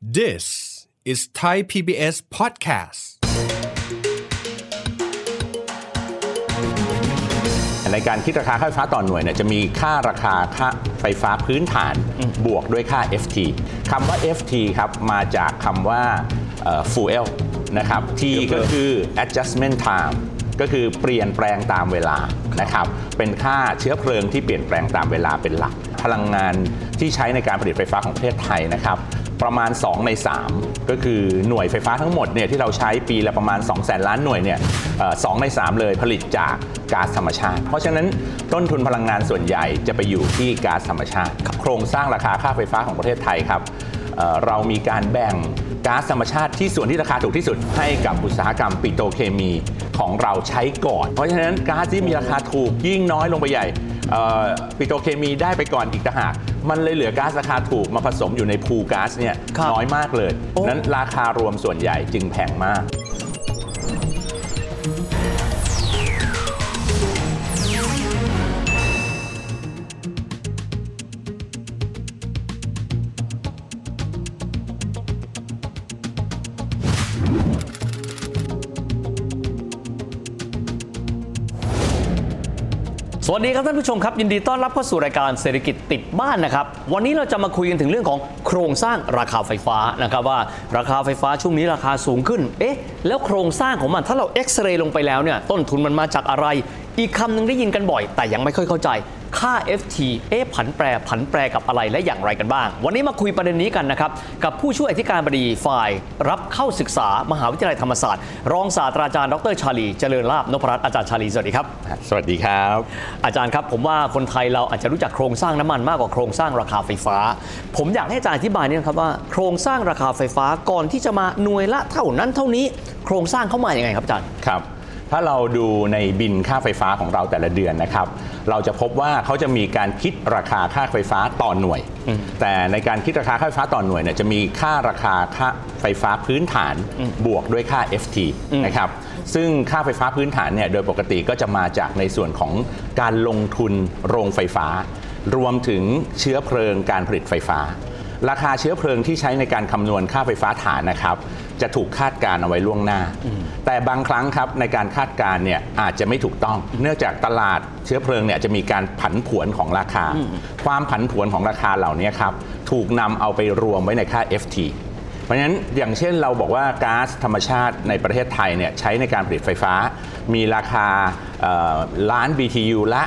This is Thai PBS podcast ในการคิดราคาค่าไฟฟ้าต่อหน่วยเนี่ยจะมีค่าราคาค่าไฟฟ้าพื้นฐานบวกด้วยค่า FT คำว่า FT ครับมาจากคำว่าfuel นะครับ T ก็คือ adjustment time ก็คือเปลี่ยนแปลงตามเวลานะครับเป็นค่าเชื้อเพลิงที่เปลี่ยนแปลงตามเวลาเป็นหลักพลังงานที่ใช้ในการผลิตไฟฟ้าของประเทศไทยนะครับประมาณ2ใน3ก็คือหน่วยไฟฟ้าทั้งหมดเนี่ยที่เราใช้ปีละประมาณ 200,000 ล้านหน่วยเนี่ย2ใน3เลยผลิตจากก๊าซธรรมชาติเพราะฉะนั้นต้นทุนพลังงานส่วนใหญ่จะไปอยู่ที่ก๊าซธรรมชาติโครงสร้างราคาค่าไฟฟ้าของประเทศไทยครับเรามีการแบ่งก๊าซธรรมชาติที่ส่วนที่ราคาถูกที่สุดให้กับอุตสาหกรรมปิโตรเคมีของเราใช้ก่อนเพราะฉะนั้นก๊าซที่มีราคาถูกยิ่งน้อยลงไปใหญ่ปิโตรเคมีได้ไปก่อนอีกต่างหากมันเลยเหลือก๊าซราคาถูกมาผสมอยู่ในพูลก๊าซเนี่ยน้อยมากเลยนั้นราคารวมส่วนใหญ่จึงแพงมากสวัสดีครับท่านผู้ชมครับยินดีต้อนรับเข้าสู่รายการเศรษฐกิจติดบ้านนะครับวันนี้เราจะมาคุยกันถึงเรื่องของโครงสร้างราคาไฟฟ้านะครับว่าราคาไฟฟ้าช่วงนี้ราคาสูงขึ้นแล้วโครงสร้างของมันถ้าเราเอ็กซเรย์ลงไปแล้วเนี่ยต้นทุนมันมาจากอะไรอีกคำหนึ่งได้ยินกันบ่อยแต่ยังไม่ค่อยเข้าใจค่า FT ผันแปรกับอะไรและอย่างไรกันบ้างวันนี้มาคุยประเด็นนี้กันนะครับกับผู้ช่วยอธิการบดีฝ่ายรับเข้าศึกษามหาวิทยาลัยธรรมศาสตร์รองศาสตราจารย์ดร.ชาลีเจริญลาภนพรัตน์อาจารย์ชาลีสวัสดีครับสวัสดีครับอาจารย์ครับผมว่าคนไทยเราอาจจะรู้จักโครงสร้างน้ำมันมากกว่าโครงสร้างราคาไฟฟ้าผมอยากให้อาจารย์อธิบายนี่นะครับว่าโครงสร้างราคาไฟฟ้าก่อนที่จะมาหน่วยละเท่านั้นเท่านี้โครงสร้างเข้ามาอย่างไงครับอาจารย์ครับถ้าเราดูในบิลค่าไฟฟ้าของเราแต่ละเดือนนะครับเราจะพบว่าเขาจะมีการคิดราคาค่าไฟฟ้าต่อหน่วยแต่ในการคิดราคาค่าไฟฟ้าต่อหน่วยเนี่ยจะมีค่าราคาค่าไฟฟ้าพื้นฐานบวกด้วยค่า FT นะครับซึ่งค่าไฟฟ้าพื้นฐานเนี่ยโดยปกติก็จะมาจากในส่วนของการลงทุนโรงไฟฟ้ารวมถึงเชื้อเพลิงการผลิตไฟฟ้าราคาเชื้อเพลิงที่ใช้ในการคำนวณค่าไฟฟ้าฐานนะครับจะถูกคาดการณ์เอาไว้ล่วงหน้าแต่บางครั้งครับในการคาดการณ์เนี่ยอาจจะไม่ถูกต้องเนื่องจากตลาดเชื้อเพลิงเนี่ยจะมีการผันผวนของราคาความผันผวนของราคาเหล่านี้ครับถูกนำเอาไปรวมไว้ในค่า FT เพราะฉะนั้นอย่างเช่นเราบอกว่าก๊าซธรรมชาติในประเทศไทยเนี่ยใช้ในการผลิตไฟฟ้ามีราคาล้าน BTU ละ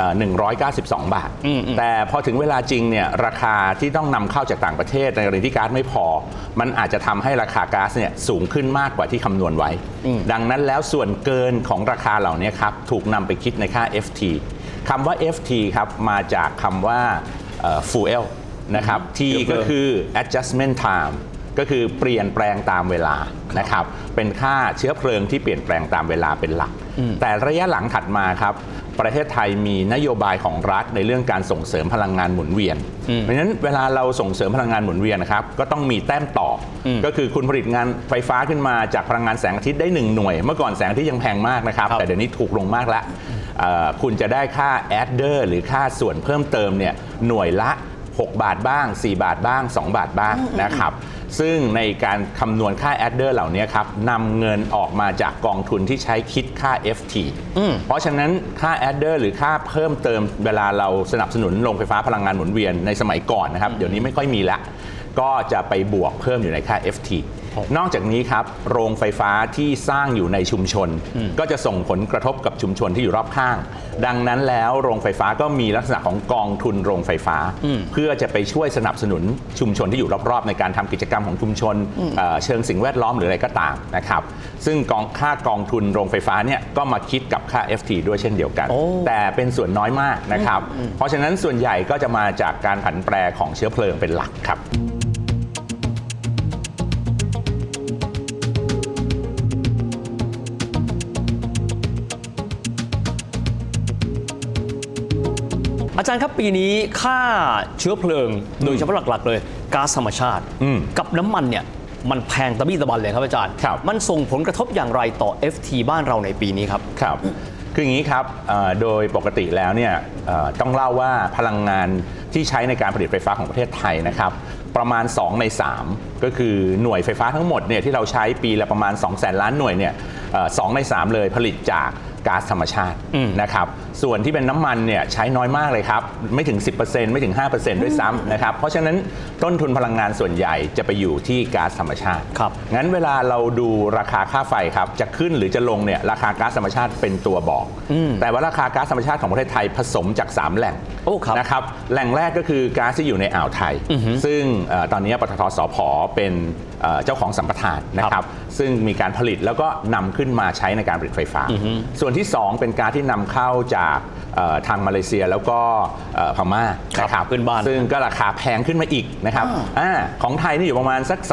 192 บาทแต่พอถึงเวลาจริงเนี่ยราคาที่ต้องนำเข้าจากต่างประเทศในกรณีที่ก๊าซไม่พอมันอาจจะทำให้ราคาก๊าซเนี่ยสูงขึ้นมากกว่าที่คำนวณไว้ดังนั้นแล้วส่วนเกินของราคาเหล่านี้ครับถูกนำไปคิดในค่า FT คำว่า FT ครับมาจากคำว่า fuel นะครับ T ก็คือ adjustment time ก็คือเปลี่ยนแปลงตามเวลานะครับเป็นค่าเชื้อเพลิงที่เปลี่ยนแปลงตามเวลาเป็นหลักแต่ระยะหลังถัดมาครับประเทศไทยมีนโยบายของรัฐในเรื่องการส่งเสริมพลังงานหมุนเวียนเพราะฉะนั้นเวลาเราส่งเสริมพลังงานหมุนเวียนนะครับก็ต้องมีแต้มต่อก็คือคุณผลิตงานไฟฟ้าขึ้นมาจากพลังงานแสงอาทิตย์ได้1หน่วยเมื่อก่อนแสงอาทิตย์ยังแพงมากนะครับแต่เดี๋ยวนี้ถูกลงมากแล้วคุณจะได้ค่า adder หรือค่าส่วนเพิ่มเติมเนี่ยหน่วยละ6 บาทบ้าง4 บาทบ้าง2 บาทบ้างนะครับซึ่งในการคำนวณค่า adder เหล่านี้ครับนำเงินออกมาจากกองทุนที่ใช้คิดค่า FT เพราะฉะนั้นค่า adder หรือค่าเพิ่มเติมเวลาเราสนับสนุนโรงไฟฟ้าพลังงานหมุนเวียนในสมัยก่อนนะครับเดี๋ยวนี้ไม่ค่อยมีละก็จะไปบวกเพิ่มอยู่ในค่า FT นอกจากนี้ครับโรงไฟฟ้าที่สร้างอยู่ในชุมชนก็จะส่งผลกระทบกับชุมชนที่อยู่รอบข้างดังนั้นแล้วโรงไฟฟ้าก็มีลักษณะของกองทุนโรงไฟฟ้าเพื่อจะไปช่วยสนับสนุนชุมชนที่อยู่รอบๆในการทำกิจกรรมของชุมชนเชิงสิ่งแวดล้อมหรืออะไรก็ตามนะครับซึ่งค่ากองทุนโรงไฟฟ้าเนี่ยก็มาคิดกับค่า FT ด้วยเช่นเดียวกันแต่เป็นส่วนน้อยมากนะครับเพราะฉะนั้นส่วนใหญ่ก็จะมาจากการผันแปรของเชื้อเพลิงเป็นหลักครับอาจารย์ครับปีนี้ค่าเชื้อเพลิงโดยเฉพาะหลักๆเลยก๊าซธรรมชาติกับน้ำมันเนี่ยมันแพงตะบี้ตะบันเลยครับอาจารย์มันส่งผลกระทบอย่างไรต่อ FT บ้านเราในปีนี้ครับครับคืออย่างนี้ครับโดยปกติแล้วเนี่ยต้องเล่าว่าพลังงานที่ใช้ในการผลิตไฟฟ้าของประเทศไทยนะครับประมาณ2 ใน 3ก็คือหน่วยไฟฟ้าทั้งหมดเนี่ยที่เราใช้ปีละประมาณ 200,000 ล้านหน่วยเนี่ย2 ใน 3เลยผลิตจากก๊าซธรรมชาตินะครับส่วนที่เป็นน้ำมันเนี่ยใช้น้อยมากเลยครับไม่ถึง 10% ไม่ถึง 5% ด้วยซ้ำนะครับเพราะฉะนั้นต้นทุนพลังงานส่วนใหญ่จะไปอยู่ที่ก๊าซธรรมชาติงั้นเวลาเราดูราคาค่าไฟครับจะขึ้นหรือจะลงเนี่ยราคาก๊าซธรรมชาติเป็นตัวบอกแต่ว่าราคาก๊าซธรรมชาติของประเทศไทยผสมจาก3แหล่งนะครับแหล่งแรกก็คือก๊าซที่อยู่ในอ่าวไทยซึ่งตอนนี้ปตท.สผ.เป็นเจ้าของสัมปทานนะครับซึ่งมีการผลิตแล้วก็นำขึ้นมาใช้ในการผลิตไฟฟ้าส่วนที่2เป็นก๊าซที่นำเข้าจากทางมาเลเซียแล้วก็พม่านะครับซึ่งก็ราคาแพงขึ้นมาอีกนะครับของไทยนี่อยู่ประมาณสัก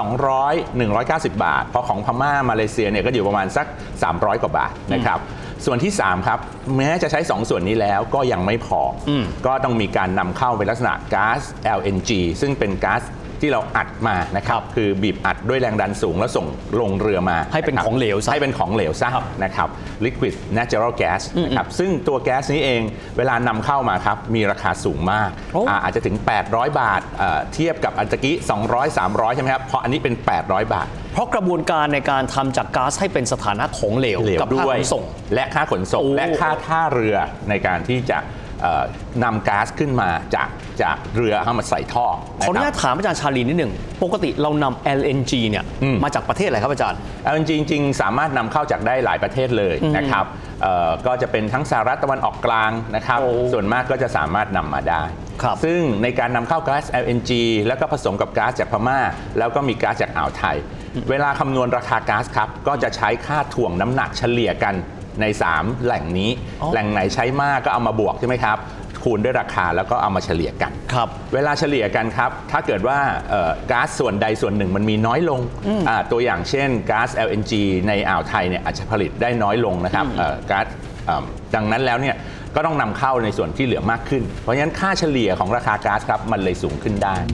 190 บาทพอของพม่ามาเลเซียเนี่ยก็อยู่ประมาณสัก300 กว่าบาทนะครับส่วนที่3ครับแม้จะใช้2ส่วนนี้แล้วก็ยังไม่พอก็ต้องมีการนำเข้าเป็นลักษณะก๊าซ LNG ซึ่งเป็นก๊าซที่เราอัดมานะครับคือบีบอัดด้วยแรงดันสูงแล้วส่งลงเรือมาให้เป็นของเหลวซะให้เป็นของเหลวซะนะครับ liquid natural gas นะครับซึ่งตัวแก๊สนี้เองเวลานำเข้ามาครับมีราคาสูงมากอาจจะถึง800 บาทเทียบกับอันตะกี้200-300ใช่ไหมครับเพราะอันนี้เป็น800 บาทเพราะกระบวนการในการทำจากก๊าซให้เป็นสถานะของเหลวกับค่าขนส่งและค่าขนส่งและค่าท่าเรือในการที่จะนำก๊าซขึ้นมาจากเรือเข้ามาใส่ท่อขออนุญาตถามอาจารย์ชาลีนิดหนึ่งปกติเรานำ LNG เนี่ยมาจากประเทศอะไรครับอาจารย์ LNG จริงๆสามารถนำเข้าจากได้หลายประเทศเลยนะครับก็จะเป็นทั้งสหรัฐตะวันออกกลางนะครับส่วนมากก็จะสามารถนำมาได้ซึ่งในการนำเข้าก๊าซ LNG แล้วก็ผสมกับก๊าซจากพม่าแล้วก็มีก๊าซจากอ่าวไทยเวลาคำนวณราคาก๊าซครับก็จะใช้ค่าถ่วงน้ำหนักเฉลี่ยกันใน3แหล่งนี้แหล่งไหนใช้มากก็เอามาบวกใช่ไหมครับคูณด้วยราคาแล้วก็เอามาเฉลี่ยกันเวลาเฉลี่ยกันครับถ้าเกิดว่าก๊าซส่วนใดส่วนหนึ่งมันมีน้อยลงตัวอย่างเช่นก๊าซ LNG ในอ่าวไทยเนี่ยอาจจะผลิตได้น้อยลงนะครับก๊าซดังนั้นแล้วเนี่ยก็ต้องนำเข้าในส่วนที่เหลือมากขึ้นเพราะฉะนั้นค่าเฉลี่ยของราคาก๊าซครับมันเลยสูงขึ้นได้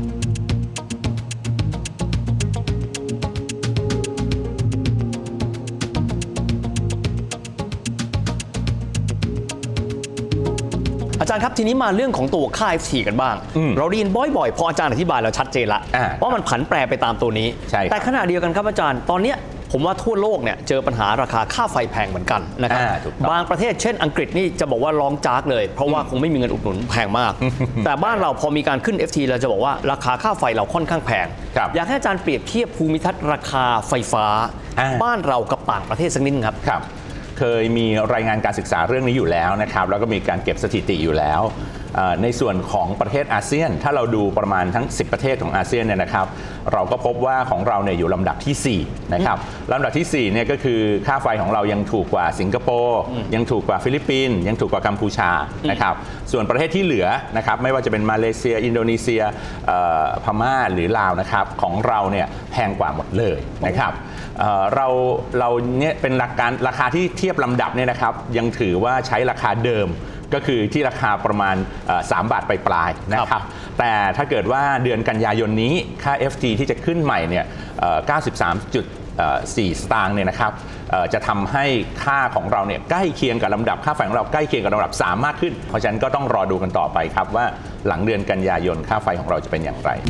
อาจารย์ครับทีนี้มาเรื่องของตัวค่า FT กันบ้างเราได้ยินบ่อยๆพออาจารย์อธิบายเราชัดเจนละว่ามันผันแปรไปตามตัวนี้แต่ขณะเดียวกันครับอาจารย์ตอนนี้ผมว่าทั่วโลกเนี่ยเจอปัญหาราคาค่าไฟแพงเหมือนกันนะครับบางประเทศเช่นอังกฤษนี่จะบอกว่าร้องจากเลยเพราะว่าคงไม่มีเงินอุดหนุนแพงมากแต่บ้านเราพอมีการขึ้น FT เราจะบอกว่าราคาค่าไฟเราค่อนข้างแพงอยากให้อาจารย์เปรียบเทียบภูมิทัศน์ราคาไฟฟ้าบ้านเรากับต่างประเทศสักนิดครับเคยมีรายงานการศึกษาเรื่องนี้อยู่แล้วนะครับแล้วก็มีการเก็บสถิติอยู่แล้วในส่วนของประเทศอาเซียนถ้าเราดูประมาณทั้ง10ประเทศของอาเซียนเนี่ยนะครับเราก็พบว่าของเราเนี่ยอยู่ลำดับที่4นะครับลำดับที่4เนี่ยก็คือค่าไฟของเรายังถูกกว่าสิงคโปร์ยังถูกกว่าฟิลิปปินส์ยังถูกกว่ากัมพูชานะครับส่วนประเทศที่เหลือนะครับไม่ว่าจะเป็นมาเลเซียอินโดนีเซียพม่าหรือลาวนะครับของเราเนี่ยแพงกว่าหมดเลยนะครับเราเนี่ยเป็นราคาที่เทียบลำดับเนี่ยนะครับยังถือว่าใช้ราคาเดิมก็คือที่ราคาประมาณ3 บาทปลายๆนะครับแต่ถ้าเกิดว่าเดือนกันยายนนี้ค่า FT ที่จะขึ้นใหม่เนี่ย93.4 สตางค์เนี่ยนะครับจะทำให้ค่าของเราเนี่ยใกล้เคียงกับลำดับค่าไฟของเราใกล้เคียงกับลำดับ3มากขึ้นเพราะฉะนั้นก็ต้องรอดูกันต่อไปครับว่าหลังเดือนกันยายนค่าไฟของเราจะเป็นอย่างไร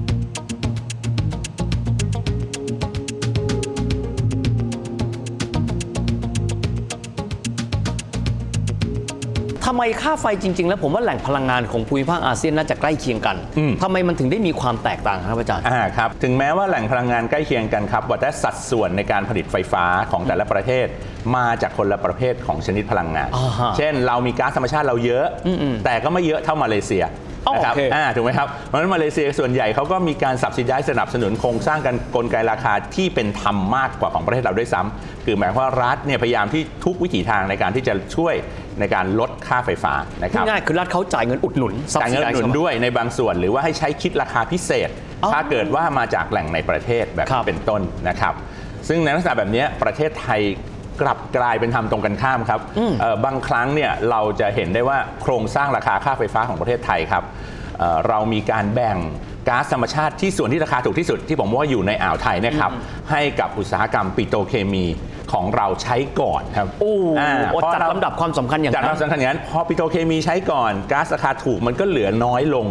ทำไมค่าไฟจริงๆแล้วผมว่าแหล่งพลังงานของภูมิภาคอาเซียนน่าจะใกล้เคียงกันทำไมมันถึงได้มีความแตกต่างครับอาจารย์ครับถึงแม้ว่าแหล่งพลังงานใกล้เคียงกันครับแต่สัดส่วนในการผลิตไฟฟ้าของแต่ละประเทศมาจากคนละประเภทของชนิดพลังงานเช่นเรามีก๊าซธรรมชาติเราเยอะแต่ก็ไม่เยอะเท่ามาเลเซียนะครับถูกไหมครับเพราะฉะนั้นมาเลเซียส่วนใหญ่เขาก็มีการsubsidizeสนับสนุนโครงสร้างกันกลไกราคาที่เป็นธรรมมากกว่าของประเทศเราด้วยซ้ำคือหมายความว่ารัฐเนี่ยพยายามที่ทุกวิถีทางในการที่จะช่วยในการลดค่าไฟฟ้านะครับง่ายคือรัฐเขาจ่ายเงินอุดหนุนจ่ายเงินอุดหนุนด้วยในบางส่วนหรือว่าให้ใช้คิดราคาพิเศษถ้าเกิดว่ามาจากแหล่งในประเทศแบบนี้เป็นต้นนะครับซึ่งในลักษณะแบบนี้ประเทศไทยกลับกลายเป็นทำตรงกันข้ามครับบางครั้งเนี่ยเราจะเห็นได้ว่าโครงสร้างราคาค่าไฟฟ้าของประเทศไทยครับเรามีการแบ่งก๊าซธรรมชาติที่ส่วนที่ราคาถูกที่สุดที่ผมว่าอยู่ในอ่าวไทยนะครับให้กับอุตสาหกรรมปิโตรเคมีของเราใช้ก่อนครับจัดลำดับความสำคัญอย่างนั้นจัดลำดับสำคัญอย่างนั้นพอปิโตรเคมีใช้ก่อนก๊าซราคาถูกมันก็เหลือน้อยลง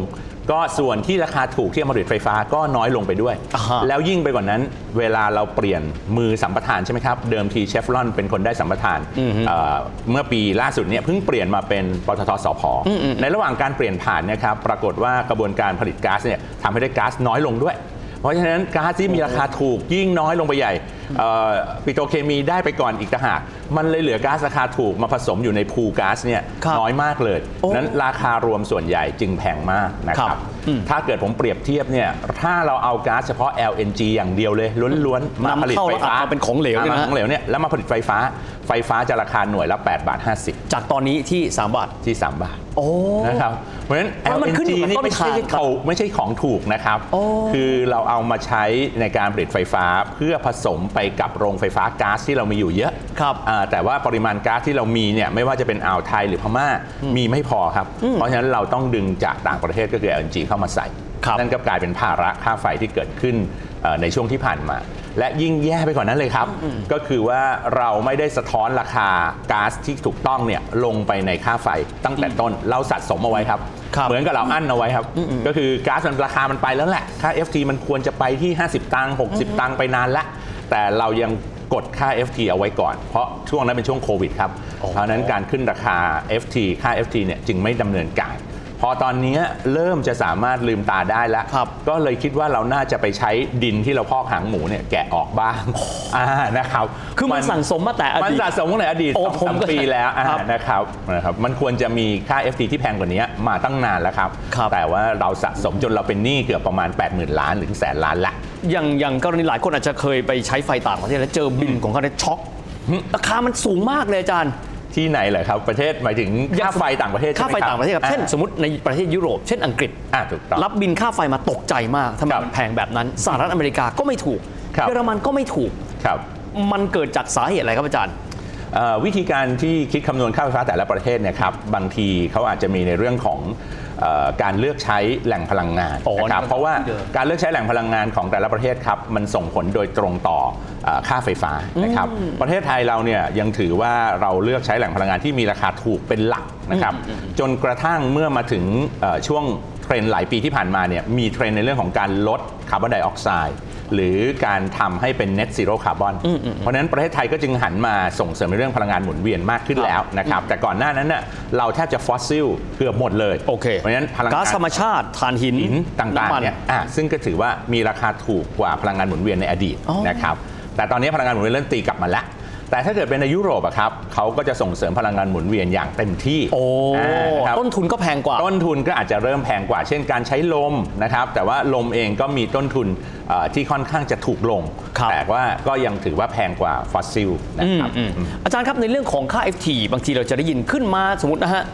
ก็ส่วนที่ราคาถูกที่เอามาผลิตไฟฟ้าก็น้อยลงไปด้วยแล้วยิ่งไปกว่านั้นเวลาเราเปลี่ยนมือสัมปทานใช่ไหมครับเดิมทีเชฟรอนเป็นคนได้สัมปทานเมื่อปีล่าสุดเนี่ยเพิ่งเปลี่ยนมาเป็นปตท.สผ.ในระหว่างการเปลี่ยนผ่านนะครับปรากฏว่ากระบวนการผลิตก๊าซเนี่ยทำให้ได้ก๊าซน้อยลงด้วยเพราะฉะนั้นก๊าซที่มีราคาถูกยิ่งน้อยลงไปใหญ่ปิโตรเคมีได้ไปก่อนอีกต่างหากมันเลยเหลือก๊าซราคาถูกมาผสมอยู่ในพูลก๊าซเนี่ยน้อยมากเลยนั้นราคารวมส่วนใหญ่จึงแพงมากนะครับถ้าเกิดผมเปรียบเทียบเนี่ยถ้าเราเอาก๊าซเฉพาะ LNG อย่างเดียวเลยล้วนๆมาผลิตไฟฟ้าเป็นของเหลวเนี่ยแล้วมาผลิตไฟฟ้าจะราคาหน่วยละ8.50 บาทจากตอนนี้ที่3 บาทนะครับเพราะฉะนั้น LNG นี่ไม่ใช่ของถูกนะครับคือเราเอามาใช้ในการผลิตไฟฟ้าเพื่อผสมไปกับโรงไฟฟ้าก๊าซที่เรามีอยู่เยอะแต่ว่าปริมาณก๊าซที่เรามีเนี่ยไม่ว่าจะเป็นอ่าวไทยหรือพม่ามีไม่พอครับเพราะฉะนั้นเราต้องดึงจากต่างประเทศก็คือ LNG เข้ามาใส่นั่นก็กลายเป็นภาระค่าไฟที่เกิดขึ้นในช่วงที่ผ่านมาและยิ่งแย่ไปกว่านั้นเลยครับก็คือว่าเราไม่ได้สะท้อนราคาก๊าซที่ถูกต้องเนี่ยลงไปในค่าไฟตั้งแต่ต้นเราสะสมเอาไว้ครับเหมือนกับเราอั้นเอาไว้ครับก็คือก๊าซมันราคามันไปแล้วแหละค่า FT มันควรจะไปที่50 ตังค์60 ตังค์ไปนานละแต่เรายังกดค่า FT เอาไว้ก่อนเพราะช่วงนั้นเป็นช่วงโควิดครับเพราะนั้นการขึ้นราคา FT ค่า FT เนี่ยจึงไม่ดำเนินการพอตอนนี้เริ่มจะสามารถลืมตาได้แล้วก็เลยคิดว่าเราน่าจะไปใช้ดินที่เราพอกหางหมูเนี่ยแกะออกบ้างนะครับคือมันสั่งสมมาแต่อดีตมันสะสมตั้งแต่อดีต2-3 ปีแล้วนะครับมันควรจะมีค่า FT ที่แพงกว่านี้มาตั้งนานแล้วครับแต่ว่าเราสะสมจนเราเป็นหนี้เกือบประมาณ 80,000 ล้านถึง100,000 ล้านละอย่างกรณีหลายคนอาจจะเคยไปใช้ไฟต่างประเทศแล้วเจอบิลของเขาได้ช็อกราคามันสูงมากเลยอาจารย์ที่ไหนเหรอครับประเทศหมายถึงค่าไฟต่างประเทศค่าไฟต่างประเทศครับเช่นสมมติในประเทศยุโรปเช่นอังกฤษถูกต้องรับบินค่าไฟมาตกใจมากทำไมแพงแบบนั้นสหรัฐอเมริกาก็ไม่ถูกเยอรมันก็ไม่ถูกมันเกิดจากสาเหตุอะไรครับอาจารย์วิธีการที่คิดคำนวณค่าไฟฟ้าแต่ละประเทศเนี่ยครับบางทีเขาอาจจะมีในเรื่องของการเลือกใช้แหล่งพลังงานนะครับเพราะว่าการเลือกใช้แหล่งพลังงานของแต่ละประเทศครับมันส่งผลโดยตรงต่อค่าไฟฟ้านะครับประเทศไทยเราเนี่ยยังถือว่าเราเลือกใช้แหล่งพลังงานที่มีราคาถูกเป็นหลักนะครับจนกระทั่งเมื่อมาถึงช่วงเทรนด์หลายปีที่ผ่านมาเนี่ยมีเทรนด์ในเรื่องของการลดคาร์บอนไดออกไซด์หรือการทำให้เป็น net zero carbon เพราะฉะนั้นประเทศไทยก็จึงหันมาส่งเสริมในเรื่องพลังงานหมุนเวียนมากขึ้นแล้วนะครับแต่ก่อนหน้านั้นน่ะเราแทบจะฟอสซิลเกือบหมดเลยเพราะฉะนั้นพลังงานก๊าซธรรมชาติถ่านหินต่างๆเนี่ยซึ่งก็ถือว่ามีราคาถูกกว่าพลังงานหมุนเวียนในอดีตนะครับแต่ตอนนี้พลังงานหมุนเวียนเริ่มตีกลับมาแล้วแต่ถ้าเกิดเป็นในยุโรปอะครับเขาก็จะส่งเสริมพลังงานหมุนเวียนอย่างเต็มที่ต้นทุนก็แพงกว่าต้นทุนก็อาจจะเริ่มแพงกว่าเช่นการใช้ลมนะครับแต่ว่าลมเองก็มีต้นทุนที่ค่อนข้างจะถูกลงแต่ว่าก็ยังถือว่าแพงกว่าฟอสซิลนะครับอาจารย์ครับในเรื่องของค่า FT บางทีเราจะได้ยินขึ้นมาสมมตินะฮะ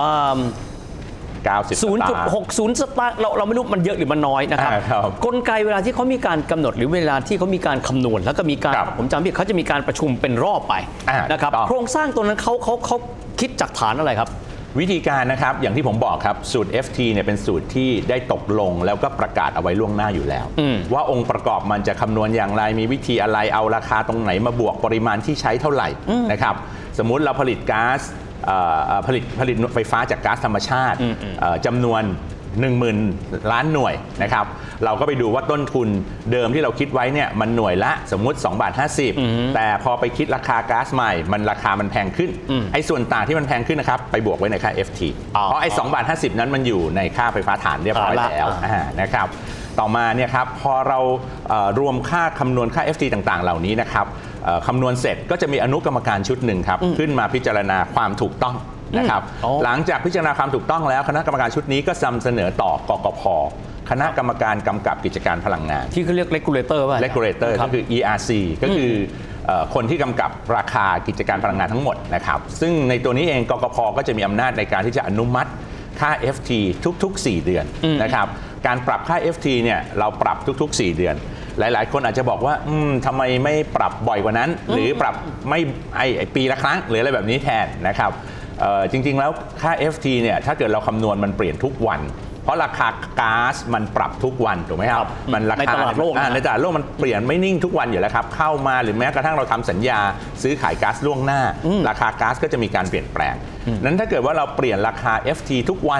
0.60 สตางค์เราไม่รู้มันเยอะหรือมันน้อยนะครับกลไกเวลาที่เขามีการกำหนดหรือเวลาที่เขามีการคำนวณแล้วก็มีการผมจำผิดเขาจะมีการประชุมเป็นรอบไปนะครับโครงสร้างตัวนั้นเขาคิดจากฐานอะไรครับวิธีการนะครับอย่างที่ผมบอกครับสูตร FT เนี่ยเป็นสูตรที่ได้ตกลงแล้วก็ประกาศเอาไว้ล่วงหน้าอยู่แล้วว่าองค์ประกอบมันจะคำนวณอย่างไรมีวิธีอะไรเอาราคาตรงไหนมาบวกปริมาณที่ใช้เท่าไหร่นะครับสมมุติเราผลิตก๊าซผลิตไฟฟ้าจากก๊าซธรรมชาติจำนวน 10,000 ล้านหน่วยนะครับเราก็ไปดูว่าต้นทุนเดิมที่เราคิดไว้เนี่ยมันหน่วยละสมมุติ2.50 บาทแต่พอไปคิดราคาก๊าซใหม่ราคามันแพงขึ้นไอ้ส่วนต่างที่มันแพงขึ้นนะครับไปบวกไว้ในค่า FT เพราะไอ้2.50 บาทนั้นมันอยู่ในค่าไฟฟ้าฐานเรียบร้อยแล้วนะครับต่อมาเนี่ยครับพอเรารวมค่าคำนวณค่า FT ต่างๆเหล่านี้นะครับคำนวณเสร็จก็จะมีอนุกรรมการชุดหนึ่งครับขึ้นมาพิจารณาความถูกต้องนะครับหลังจากพิจารณาความถูกต้องแล้วคณะกรรมการชุดนี้ก็นำเสนอต่อกกพ.คณะกรรมการกำกับกิจการพลังงานที่เขาเรียก regulator ว่า regulator ก็คือ ERC ก็คือคนที่กำกับราคากิจการพลังงานทั้งหมดนะครับซึ่งในตัวนี้เองกกพ.ก็จะมีอำนาจในการที่จะอนุมัติค่า FT ทุกๆ4 เดือนนะครับการปรับค่า FT เนี่ยเราปรับทุกๆ4 เดือนหลายๆคนอาจจะบอกว่าทำไมไม่ปรับบ่อยกว่านั้นหรือปรับไม่ปีละครั้งหรืออะไรแบบนี้แทนนะครับจริงๆแล้วค่า FT เนี่ยถ้าเกิดเราคำนวณมันเปลี่ยนทุกวันเพราะราคาก๊าซมันปรับทุกวันถูกไหมครับมันราคาในตลาดโลกมันเปลี่ยนไม่นิ่งทุกวันอยู่แล้วครับเข้ามาหรือแม้กระทั่งเราทำสัญญาซื้อขายก๊าซล่วงหน้าราคาก๊าซก็จะมีการเปลี่ยนแปลงนั้นถ้าเกิดว่าเราเปลี่ยนราคา FT ทุกวัน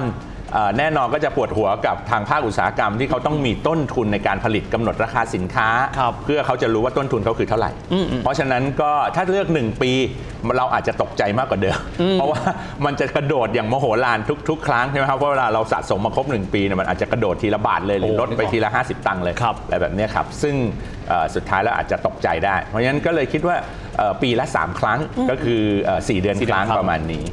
แน่นอนก็จะปวดหัวกับทางภาคอุตสาหกรรมที่เขาต้องมีต้นทุนในการผลิตกำหนดราคาสินค้าเพื่อเขาจะรู้ว่าต้นทุนเขาคือเท่าไหร่เพราะฉะนั้นก็ถ้าเลือก1 ปีเราอาจจะตกใจมากกว่าเดิมเพราะว่ามันจะกระโดดอย่างมโหฬารทุกครั้งใช่ไหมครับเพราะเวลาเราสะสมมาครบ1 ปีเนี่ยมันอาจจะกระโดดทีละบาทเลยหรือลดไปทีละ50 ตังค์เลยอะไรแบบนี้ครับซึ่งสุดท้ายแล้วอาจจะตกใจได้เพราะฉะนั้นก็เลยคิดว่าปีละ3 ครั้งก็คือ4 เดือนครั้งประมาณนี้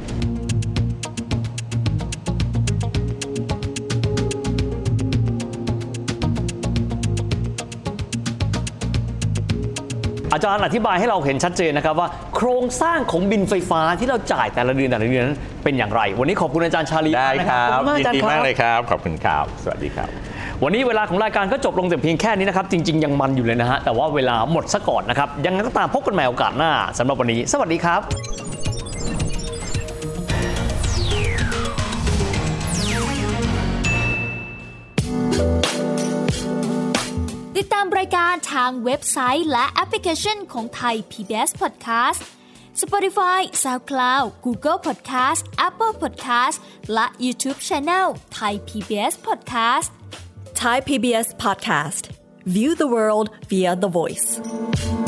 อาจารย์อธิบายให้เราเห็นชัดเจนนะครับว่าโครงสร้างของบิลไฟฟ้าที่เราจ่ายแต่ละเดือนนั้นเป็นอย่างไรวันนี้ขอบคุณอาจารย์ชาลีได้ครับยินดีมากเลยครับขอบคุณครับสวัสดีครับวันนี้เวลาของรายการก็จบลงแต่เพียงแค่นี้นะครับจริงๆยังมันอยู่เลยนะฮะแต่ว่าเวลาหมดซะก่อนนะครับยังไงก็ตามพบกันใหม่โอกาสหน้าสำหรับวันนี้สวัสดีครับติดตามรายการทางเว็บไซต์และแอปพลิเคชันของไทย PBS Podcast Spotify, SoundCloud, Google Podcast, Apple Podcast และ YouTube Channel Thai PBS Podcast Thai PBS Podcast. View the world via the voice.